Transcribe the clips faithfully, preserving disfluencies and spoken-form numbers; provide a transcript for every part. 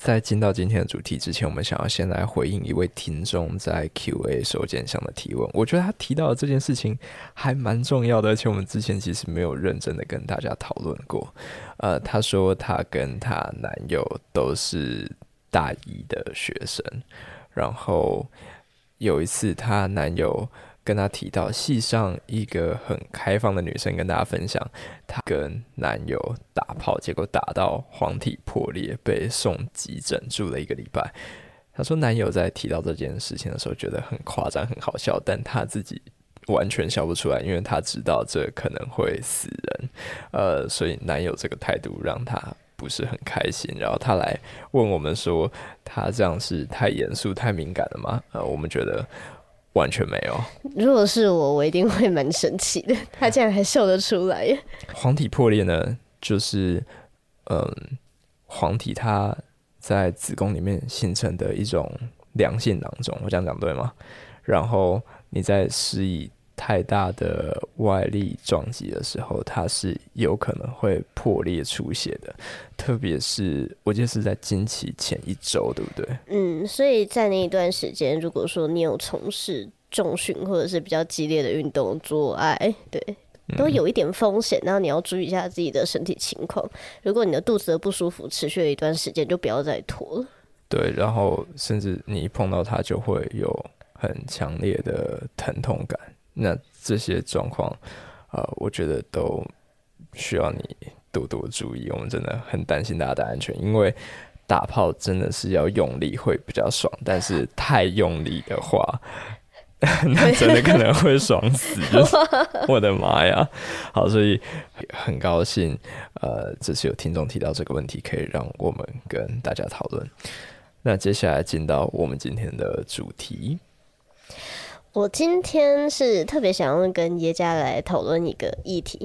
在进到今天的主题之前，我们想要先来回应一位听众在 Q A 收件箱的提问。我觉得他提到的这件事情还蛮重要的，而且我们之前其实没有认真的跟大家讨论过。呃，他说他跟他男友都是大一的学生，然后有一次她男友跟她提到系上一个很开放的女生跟大家分享她跟男友打炮，结果打到黄体破裂被送急诊住了一个礼拜。她说男友在提到这件事情的时候觉得很夸张很好笑，但她自己完全笑不出来，因为她知道这可能会死人，呃，所以男友这个态度让她不是很开心，然后她来问我们说她这样是太严肃太敏感了吗？呃，我们觉得完全没有。 如果是我，我一定会蛮生气的。他竟然还笑得出来。 黄体破裂呢，就是嗯，黄体它在子宫里面形成的一种良性囊肿，我这样讲对吗？然后你在施以太大的外力撞击的时候，它是有可能会破裂出血的，特别是我记得是在经期前一周，对不对？ 嗯，所以在那一段时间，如果说你有从事重训或者是比较激烈的运动做爱，对，都有一点风险，然后你要注意一下自己的身体情况。如果你的肚子的不舒服持续了一段时间，就不要再拖了。 对，然后甚至你一碰到它就会有很强烈的疼痛感。那这些状况，呃，我觉得都需要你多多注意。我们真的很担心大家的安全，因为打炮真的是要用力会比较爽，但是太用力的话，那真的可能会爽死。我的妈呀！好，所以很高兴，呃，这次有听众提到这个问题，可以让我们跟大家讨论。那接下来进到我们今天的主题。 我今天是特别想要跟耶加来讨论一个议题，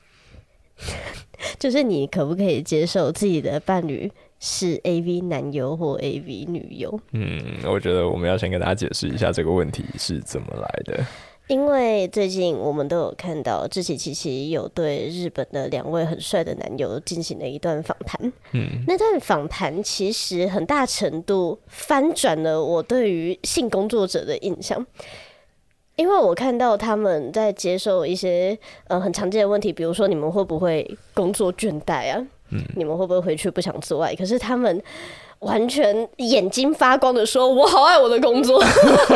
就是你可不可以接受自己的伴侣是 A V 男优或 A V 女优？ 嗯，我觉得我们要先跟大家解释一下这个问题是怎么来的。 因为最近我们都有看到志祺七七有对日本的两位很帅的男友进行了一段访谈，嗯，那段访谈其实很大程度翻转了我对于性工作者的印象。因为我看到他们在接受一些呃很常见的问题，比如说你们会不会工作倦怠啊？嗯，你们会不会回去不想做爱？可是他们完全眼睛发光的说：“我好爱我的工作。”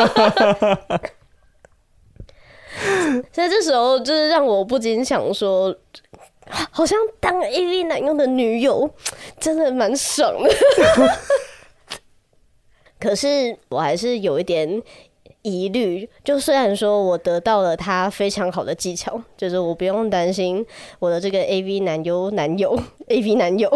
所以这时候就是让我不禁想说，好像当 A V 男优的女友真的蛮爽的。可是我还是有一点疑虑，就虽然说我得到了他非常好的技巧，就是我不用担心我的这个 A V 男优男友 A V 男友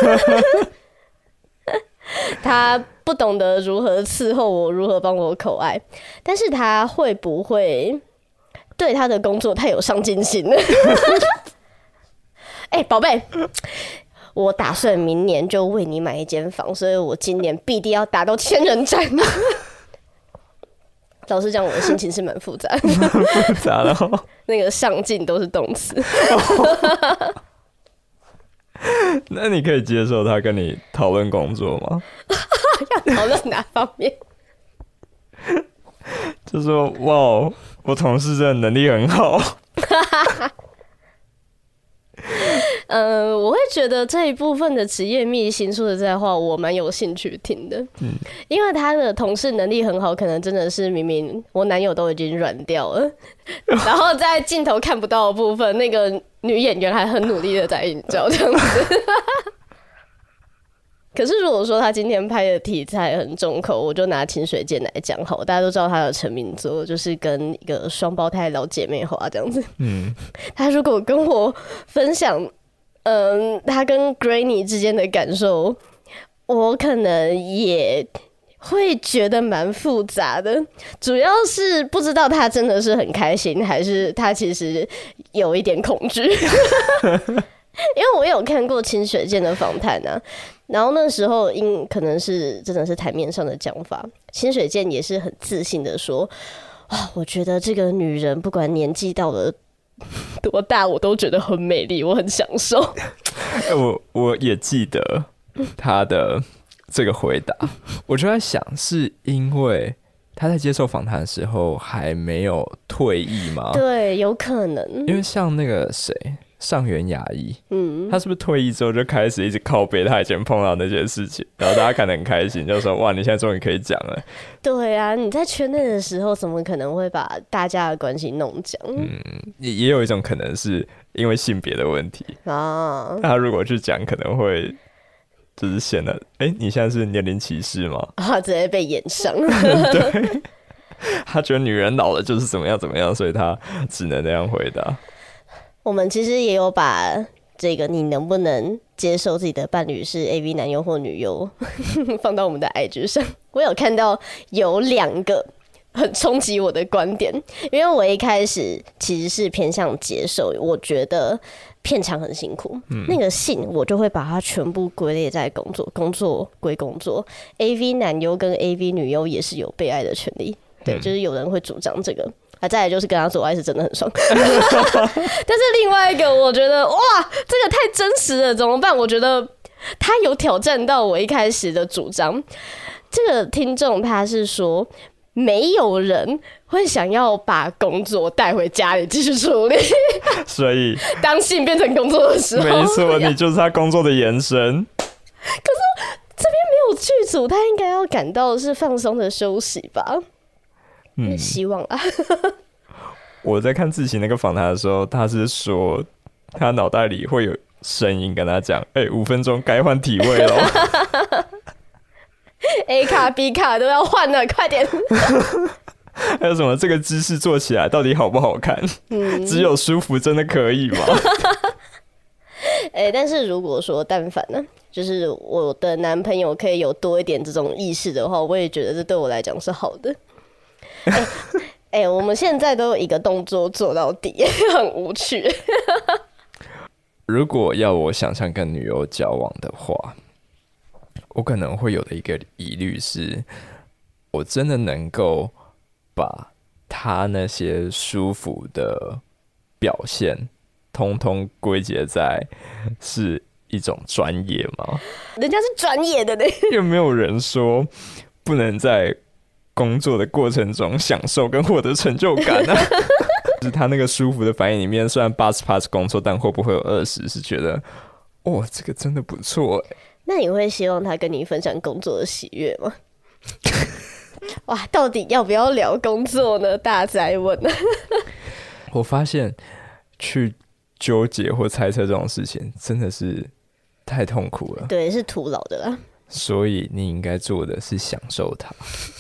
他不懂得如何伺候我，如何帮我口爱，但是他会不会对他的工作太有上进心了？哎、欸，宝贝，我打算明年就为你买一间房，所以我今年必定要达到千人斩。老实讲，我的心情是蛮复杂的， 复杂的哦。 那个上进都是动词。 那你可以接受他跟你讨论工作吗？ 要讨论哪方面？ 就说哇，我同事真的能力很好。 呃，我会觉得这一部分的职业秘辛，说实在话，我蛮有兴趣听的。嗯，因为他的同事能力很好，可能真的是明明我男友都已经软掉了，然后在镜头看不到的部分，那个女演员还很努力的在营造这样子。可是如果说他今天拍的题材很重口，我就拿清水健来讲好，大家都知道他的成名作就是跟一个双胞胎老姐妹花这样子。嗯，他如果跟我分享，嗯，他跟 Granny 之间的感受，我可能也会觉得蛮复杂的，主要是不知道他真的是很开心，还是他其实有一点恐惧。因为我有看过清水健的访谈啊，然后那时候因可能是真的是台面上的讲法，清水健也是很自信的说，啊，我觉得这个女人不管年纪到了多大，我都觉得很美丽，我很享受。 欸、我我也记得他的这个回答，我就在想，是因为他在接受访谈的时候还没有退役吗？ 对，有可能。 因为像那个谁，上原雅一，嗯，他是不是退役之后就开始一直靠背他以前碰到那些事情，然后大家看得很开心，就说哇，你现在终于可以讲了。对啊，你在圈内的时候，怎么可能会把大家的关系弄僵？ 嗯，也有一种可能是因为性别的问题啊，他如果去讲，可能会就是显得，哎、欸，你现在是年龄歧视吗？ 啊，直接被演上。 对，他觉得女人老了就是怎么样怎么样，所以他只能那样回答。 我们其实也有把这个你能不能接受自己的伴侣是 A V 男优或女优放到我们的 I G 上。我有看到有两个很冲击我的观点，因为我一开始其实是偏向接受，我觉得片场很辛苦，嗯、那个性我就会把它全部归类在工作，工作归工作。A V 男优跟 A V 女优也是有被爱的权利，对，嗯、就是有人会主张这个。啊，再来就是跟他做爱是真的很爽，但是另外一个我觉得哇，这个太真实了，怎么办？我觉得他有挑战到我一开始的主张。这个听众他是说，没有人会想要把工作带回家里继续处理， 所以当性变成工作的时候， 没错，你就是他工作的延伸。 可是这边没有剧组，他应该要感到的是放松的休息吧。嗯，希望啦。 我在看自己那个访谈的时候，他是说他脑袋里会有声音跟他讲：“哎、欸，五分钟该换体位了。 A 卡 B 卡都要换了，快点！” 还有什么？这个姿势做起来到底好不好看？嗯、只有舒服，真的可以吗？ 哎、欸，但是如果说但凡呢，就是我的男朋友可以有多一点这种意识的话，我也觉得这对我来讲是好的。哎、欸欸，我们现在都有一个动作做到底，很无趣。 如果要我想象跟女友交往的话，我可能会有的一个疑虑是，我真的能够把她那些舒服的表现，通通归结在是一种专业吗？ 人家是专业的呢， 有没有人说不能在工作的过程中享受跟获得成就感啊？就是他那个舒服的反应里面，虽然八十趴是工作，但会不会有二十是觉得，哦，这个真的不错哎。 那你会希望他跟你分享工作的喜悦吗？哇，到底要不要聊工作呢？大家在问。 我发现去纠结或猜测这种事情真的是太痛苦了。 对，是徒劳的啦。 所以你应该做的是享受它。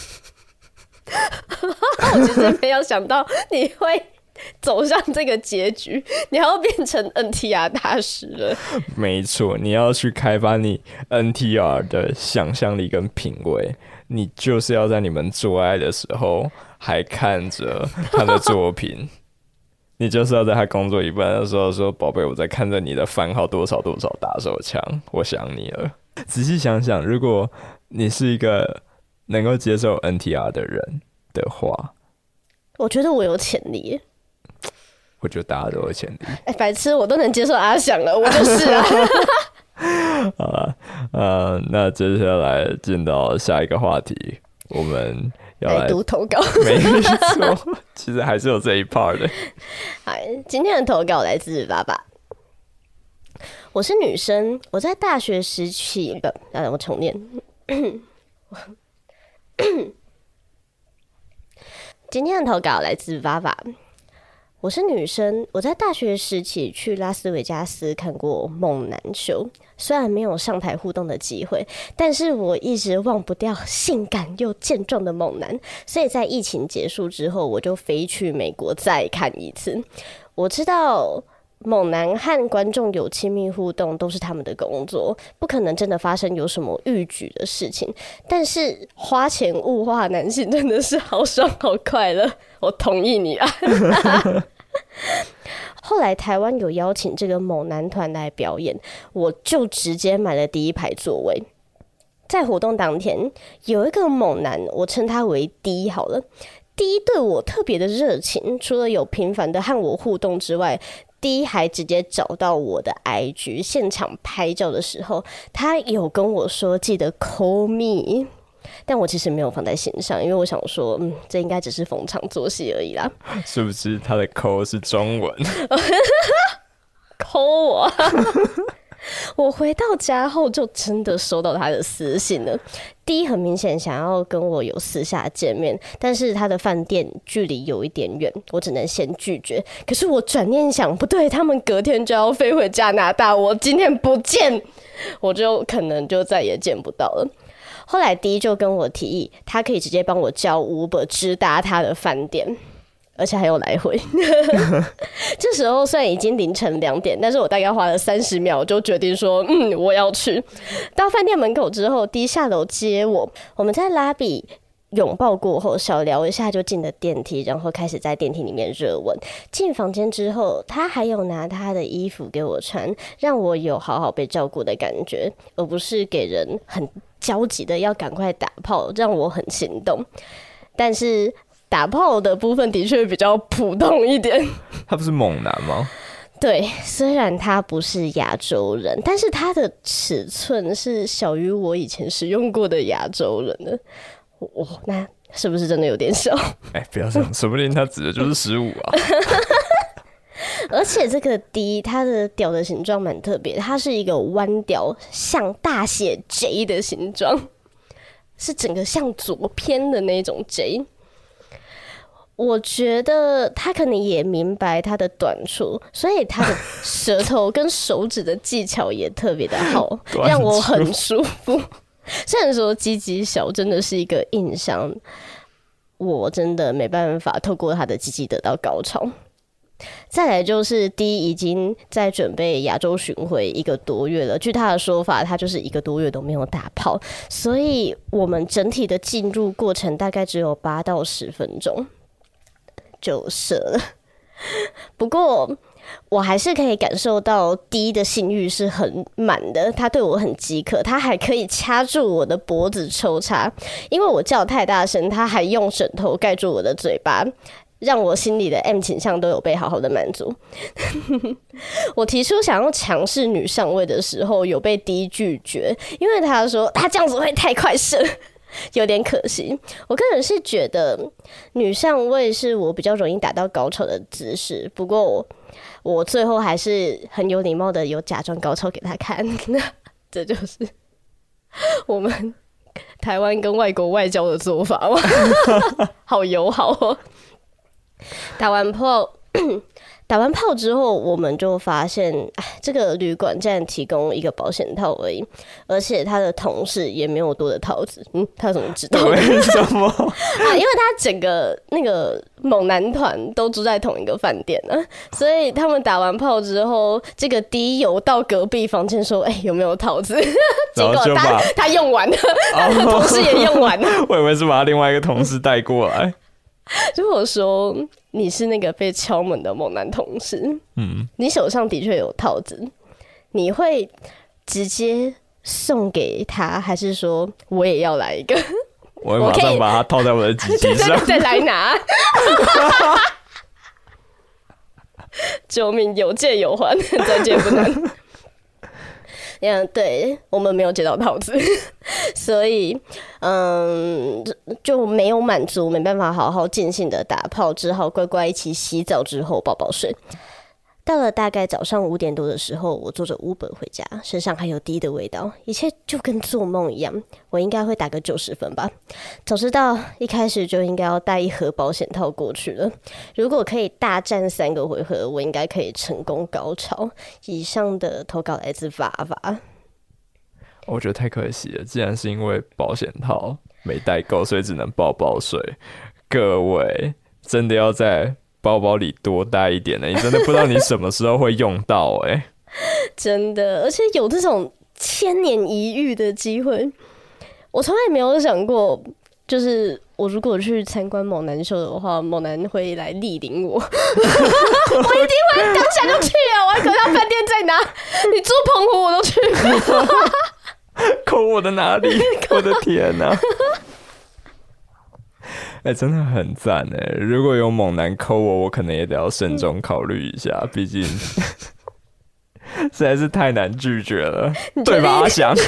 我其实没有想到你会走向这个结局，你还要变成 N T R 大师了。 没错，你要去开发你 N T R 的想象力跟品味，你就是要在你们做爱的时候还看着他的作品。你就是要在他工作一半的时候说，宝贝，我在看着你的番号多少多少打手枪，我想你了。仔细想想，如果你是一个能够接受 N T R 的人的话， 我觉得我有潜力。 我觉得大家都有潜力。 哎、欸，白痴，我都能接受阿翔了，我就是啊。 好了，呃，那接下来进到下一个话题，我们要来读投稿。 没错，其实还是有这一 part 的。 哎，今天的投稿来自爸爸。我是女生，我在大学时期，不，让我重念。今天的投稿来自爸爸。我是女生，我在大学时期去拉斯维加斯看过猛男秀，虽然没有上台互动的机会，但是我一直忘不掉性感又健壮的猛男，所以在疫情结束之后，我就飞去美国再看一次。我知道猛男和观众有亲密互动都是他们的工作，不可能真的发生有什么逾矩的事情，但是花钱物化男性真的是好爽好快乐，我同意你啊。后来台湾有邀请这个猛男团来表演，我就直接买了第一排座位。在活动当天，有一个猛男，我称他为 D 好了。D 对我特别的热情，除了有频繁的和我互动之外， D 还直接找到我的 I G， 现场拍照的时候，他有跟我说记得 call me， 但我其实没有放在心上，因为我想说，嗯，这应该只是逢场作戏而已啦。 是不是他的 call 是中文 ？call 我。我回到家后就真的收到他的私信了。第一，很明显想要跟我有私下见面，但是他的饭店距离有一点远，我只能先拒绝。可是我转念想，不对，他们隔天就要飞回加拿大，我今天不见，我就可能就再也见不到了。后来第一就跟我提议，他可以直接帮我叫 Uber 直达他的饭店。而且还有来回这时候虽然已经凌晨两点，但是我大概花了三十秒就决定说嗯我要去。到饭店门口之后，D下楼接我，我们在拉比拥抱过后小聊一下就进了电梯，然后开始在电梯里面热吻。进房间之后，他还有拿他的衣服给我穿，让我有好好被照顾的感觉，而不是给人很焦急的要赶快打炮，让我很心动。但是打炮的部分的确比较普通一点。 他不是猛男吗？ 对，虽然他不是亚洲人，但是他的尺寸是小于我以前使用过的亚洲人的。哦，那是不是真的有点小？ 哎、欸，不要这样，说不定他指的就是十五啊。 而且这个 D 它的屌的形状蛮特别，它是一个弯屌，像大写 J 的形状，是整个向左偏的那种 J。我觉得他可能也明白他的短处，所以他的舌头跟手指的技巧也特别的好，让我很舒服。虽然说鸡鸡小真的是一个印象，我真的没办法透过他的鸡鸡得到高潮。再来就是 D 已经在准备亚洲巡回一个多月了，据他的说法，他就是一个多月都没有打炮，所以我们整体的进入过程大概只有八到十分钟就射了。不过我还是可以感受到 D 的性欲是很满的，他对我很饥渴，他还可以掐住我的脖子抽插，因为我叫太大声，他还用枕头盖住我的嘴巴，让我心里的 M 倾向都有被好好的满足。我提出想要强势女上位的时候，有被 D 拒绝，因为他说他这样子会太快射，有点可惜。我个人是觉得女上位是我比较容易达到高潮的姿势，不过 我, 我最后还是很有礼貌的有假装高潮给他看。这就是我们台湾跟外国外交的做法吗？好友好哦。打完炮打完炮之后，我们就发现，哎，这个旅馆竟然提供一个保险套而已，而且他的同事也没有多的套子。嗯，他怎么知道？ 为什么？ 啊，因为他整个那个猛男团都住在同一个饭店呢、啊，所以他们打完炮之后，这个 D 有到隔壁房间说：“哎、欸，有没有套子？”结果他他用完了，他的同事也用完了。 我以为是把他另外一个同事带过来。 如果说你是那个被敲门的猛男同事，嗯，你手上的确有套子，你会直接送给他，还是说我也要来一个？ 我会马上把它套在我的鸡鸡上， 再来拿。救命！有借有还，再借不难。嗯，对，我们没有接到套子，所以嗯就没有满足，没办法好好尽兴的打炮，只好乖乖一起洗澡之后抱抱睡。到了大概早上五点多的时候，我坐着 Uber 回家，身上还有 D 的味道，一切就跟做梦一样。我应该会打个九十分吧。早知道一开始就应该要带一盒保险套过去了。如果可以大战三个回合，我应该可以成功高潮。以上的投稿来自娃娃。 我觉得太可惜了，既然是因为保险套没带够，所以只能抱抱睡。各位真的要在包包里多带一点呢、欸，你真的不知道你什么时候会用到哎、欸， 真的，而且有这种千年一遇的机会，我从来没有想过，就是我如果去参观猛男秀的话，猛男会来莅临我，我一定会当下就去啊！我还可他饭店在哪？你住澎湖我都去过， 扣我的哪里？我的天哪、啊！ 哎、欸，真的很赞哎！如果有猛男抠我，我可能也得要慎重考虑一下，毕竟实在是太难拒绝了，对吧？阿翔，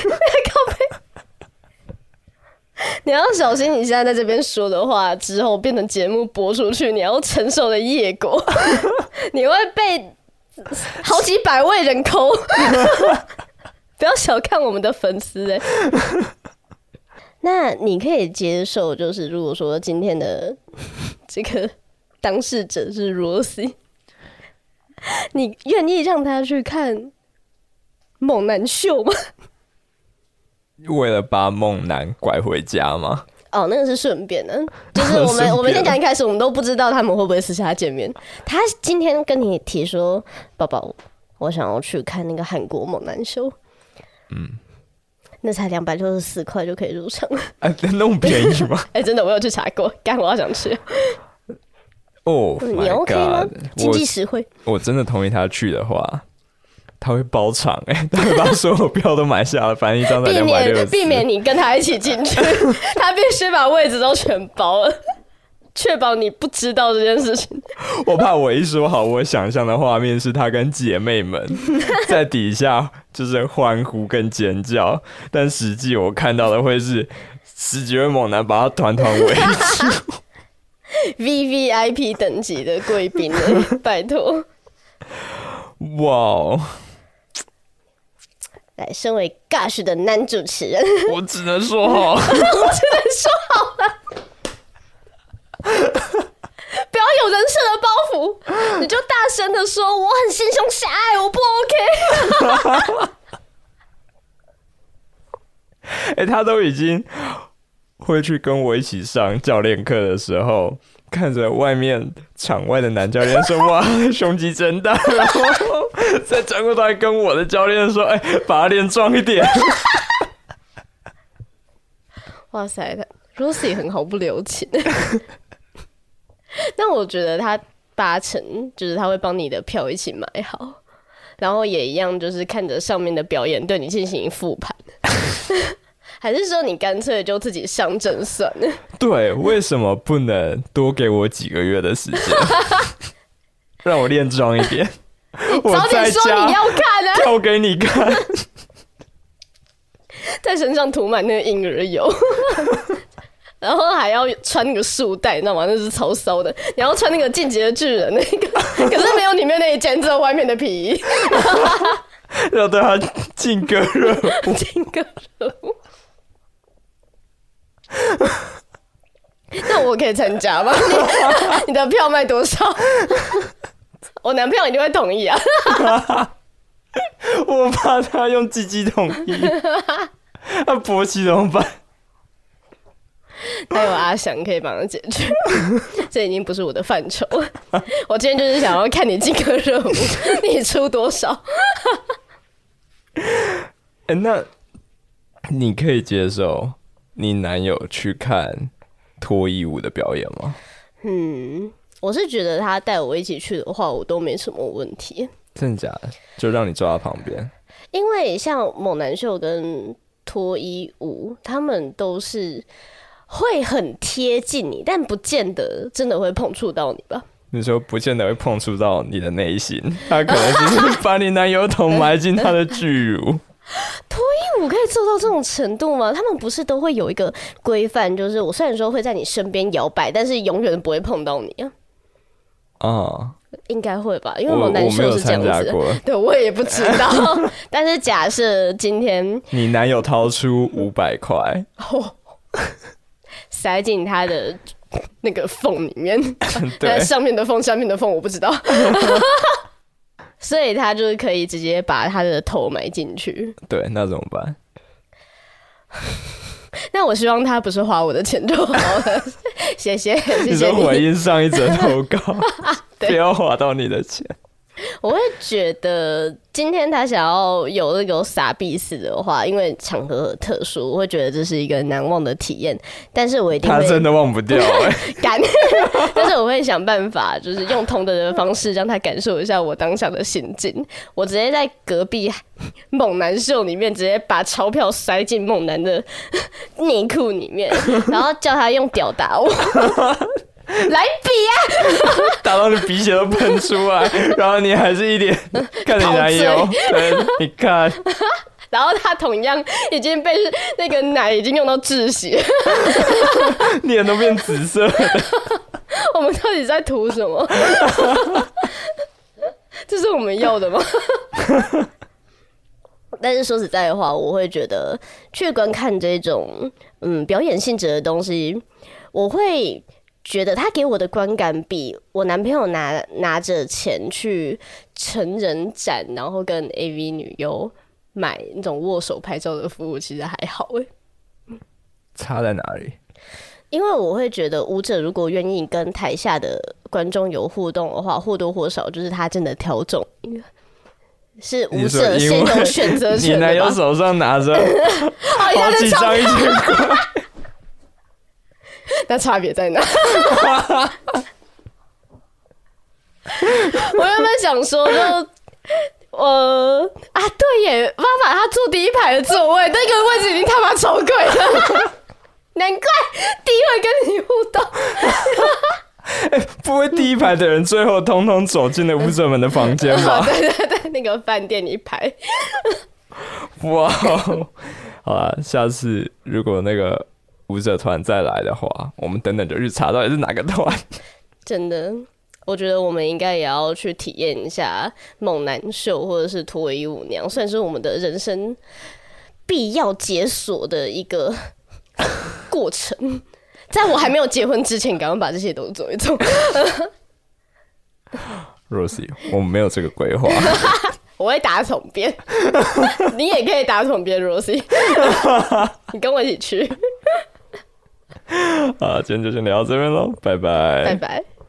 你要小心，你现在在这边说的话，之后变成节目播出去，你要承受的业果，你会被好几百位人抠。不要小看我们的粉丝哎。那你可以接受，就是如果说今天的这个当事者是 Rosie， 你愿意让他去看猛男秀吗？ 为了把猛男拐回家吗？ 哦，那个是顺便的，就是我们我们先讲一开始，我们都不知道他们会不会私下见面。他今天跟你提说，宝宝，我想要去看那个韩国猛男秀，嗯。那才两百六十四块就可以入场了， 哎、啊，那么便宜吗？ 哎、欸，真的，我有去查过，干我好想吃。 哦、oh ， 你 OK 吗？经济实惠。 我真的同意他去的话，他会包场哎、欸，他会把所有票都买下了，反正一张才两百六十四， 避免你跟他一起进去，他必须把位置都全包了。确保你不知道这件事情。 我怕我一说好，我想象的画面是他跟姐妹们在底下就是欢呼跟尖叫，但实际我看到的会是十几位猛男把他团团围住 ，V V I P 等级的贵宾，拜托。 哇哦！ 来，身为 Gush 的男主持人， 我只能说好，我只能说好了。不要有人设的包袱，你就大声的说我很心胸狭隘，我不 OK。 哎、欸，他都已经会去跟我一起上教练课的时候，看着外面场外的男教练说：“哇，胸肌真大。”然后再转过头来跟我的教练说：“哎、欸，把他脸壮一点。” 哇塞，他 Rosie 很毫不留情。但我觉得他八成就是他会帮你的票一起买好，然后也一样就是看着上面的表演对你进行复盘。还是说你干脆就自己上阵算了？ 对，为什么不能多给我几个月的时间，让我练壮一点？ 你早点说你要看啊， 跳给你看， 在身上涂满那个婴儿油。然后还要穿那个束带，你知道吗？那是超骚的。你要穿那个进击的巨人那个，可是没有里面那一件，只有外面的皮衣。 要对他劲歌热舞， 劲歌热舞。那我可以参加吗？你, 你的票卖多少？我男朋友一定会同意啊。 我怕他用鸡鸡同意，他勃起怎么办？ 还有阿翔可以帮他解决，这已经不是我的范畴。我今天就是想要看你劲歌热舞，你出多少？ 欸，那你可以接受你男友去看脱衣舞的表演吗？ 嗯，我是觉得他带我一起去的话，我都没什么问题。 真的假的？就让你坐在旁边？ 因为像猛男秀跟脱衣舞，他们都是会很贴近你，但不见得真的会碰触到你吧？ 你说不见得会碰触到你的内心，他可能只是把你男友头埋进他的巨乳。 脱衣舞可以做到这种程度吗？他们不是都会有一个规范，就是我虽然说会在你身边摇摆，但是永远不会碰到你啊。 哦， 应该会吧，因为猛男秀是这样子的。对，我也不知道。但是假设今天你男友掏出五百块。 塞进他的那个缝里面，但上面的缝、下面的缝我不知道，所以他就是可以直接把他的头埋进去。 对，那怎么办？ 那我希望他不是花我的钱就好了，谢谢，谢谢你。 你说回应上一则投稿，不要花到你的钱。 我会觉得今天他想要有那个傻逼死的话，因为场合很特殊，我会觉得这是一个难忘的体验。但是我一定会他真的忘不掉哎、 欸，敢！但是我会想办法，就是用同等的方式让他感受一下我当下的心境。我直接在隔壁猛男秀里面直接把钞票塞进猛男的内裤里面，然后叫他用屌打我。来比啊！ 打到你鼻血都喷出来，然后你还是一脸看你男友，对，你看， 然后他同样已经被那个奶已经用到窒息， 脸都变紫色的。 我们到底在图什么？这是我们要的吗？但是说实在的话，我会觉得去观看这种嗯表演性质的东西，我会觉得他给我的观感比我男朋友拿拿着钱去成人展，然后跟 A V 女优买那种握手拍照的服务，其实还好诶。 差在哪里？ 因为我会觉得舞者如果愿意跟台下的观众有互动的话，或多或少就是他真的挑中一个。是舞者先有选择权的吧？ 你男友手上拿着好几张一千块， 那差别在哪？我原本想说就，呃啊，对耶，妈妈他坐第一排的座位，那个位置已经他妈超贵了，难怪第一会跟你互动。 欸、不会第一排的人最后通通走进了舞者们的房间吧？ 对对对，那个饭店一排。 哇，好啦，下次如果那个舞者团再来的话，我们等等就去查到底是哪个团。 真的，我觉得我们应该也要去体验一下猛男秀或者是脱衣舞娘，算是我们的人生必要解锁的一个过程。在我还没有结婚之前，赶快把这些都做一做。 Rosie， 我们没有这个规划。 我会打统编，你也可以打统编 ，Rosie， 你跟我一起去。 好，今天就先聊到这边喽，拜拜， 拜拜。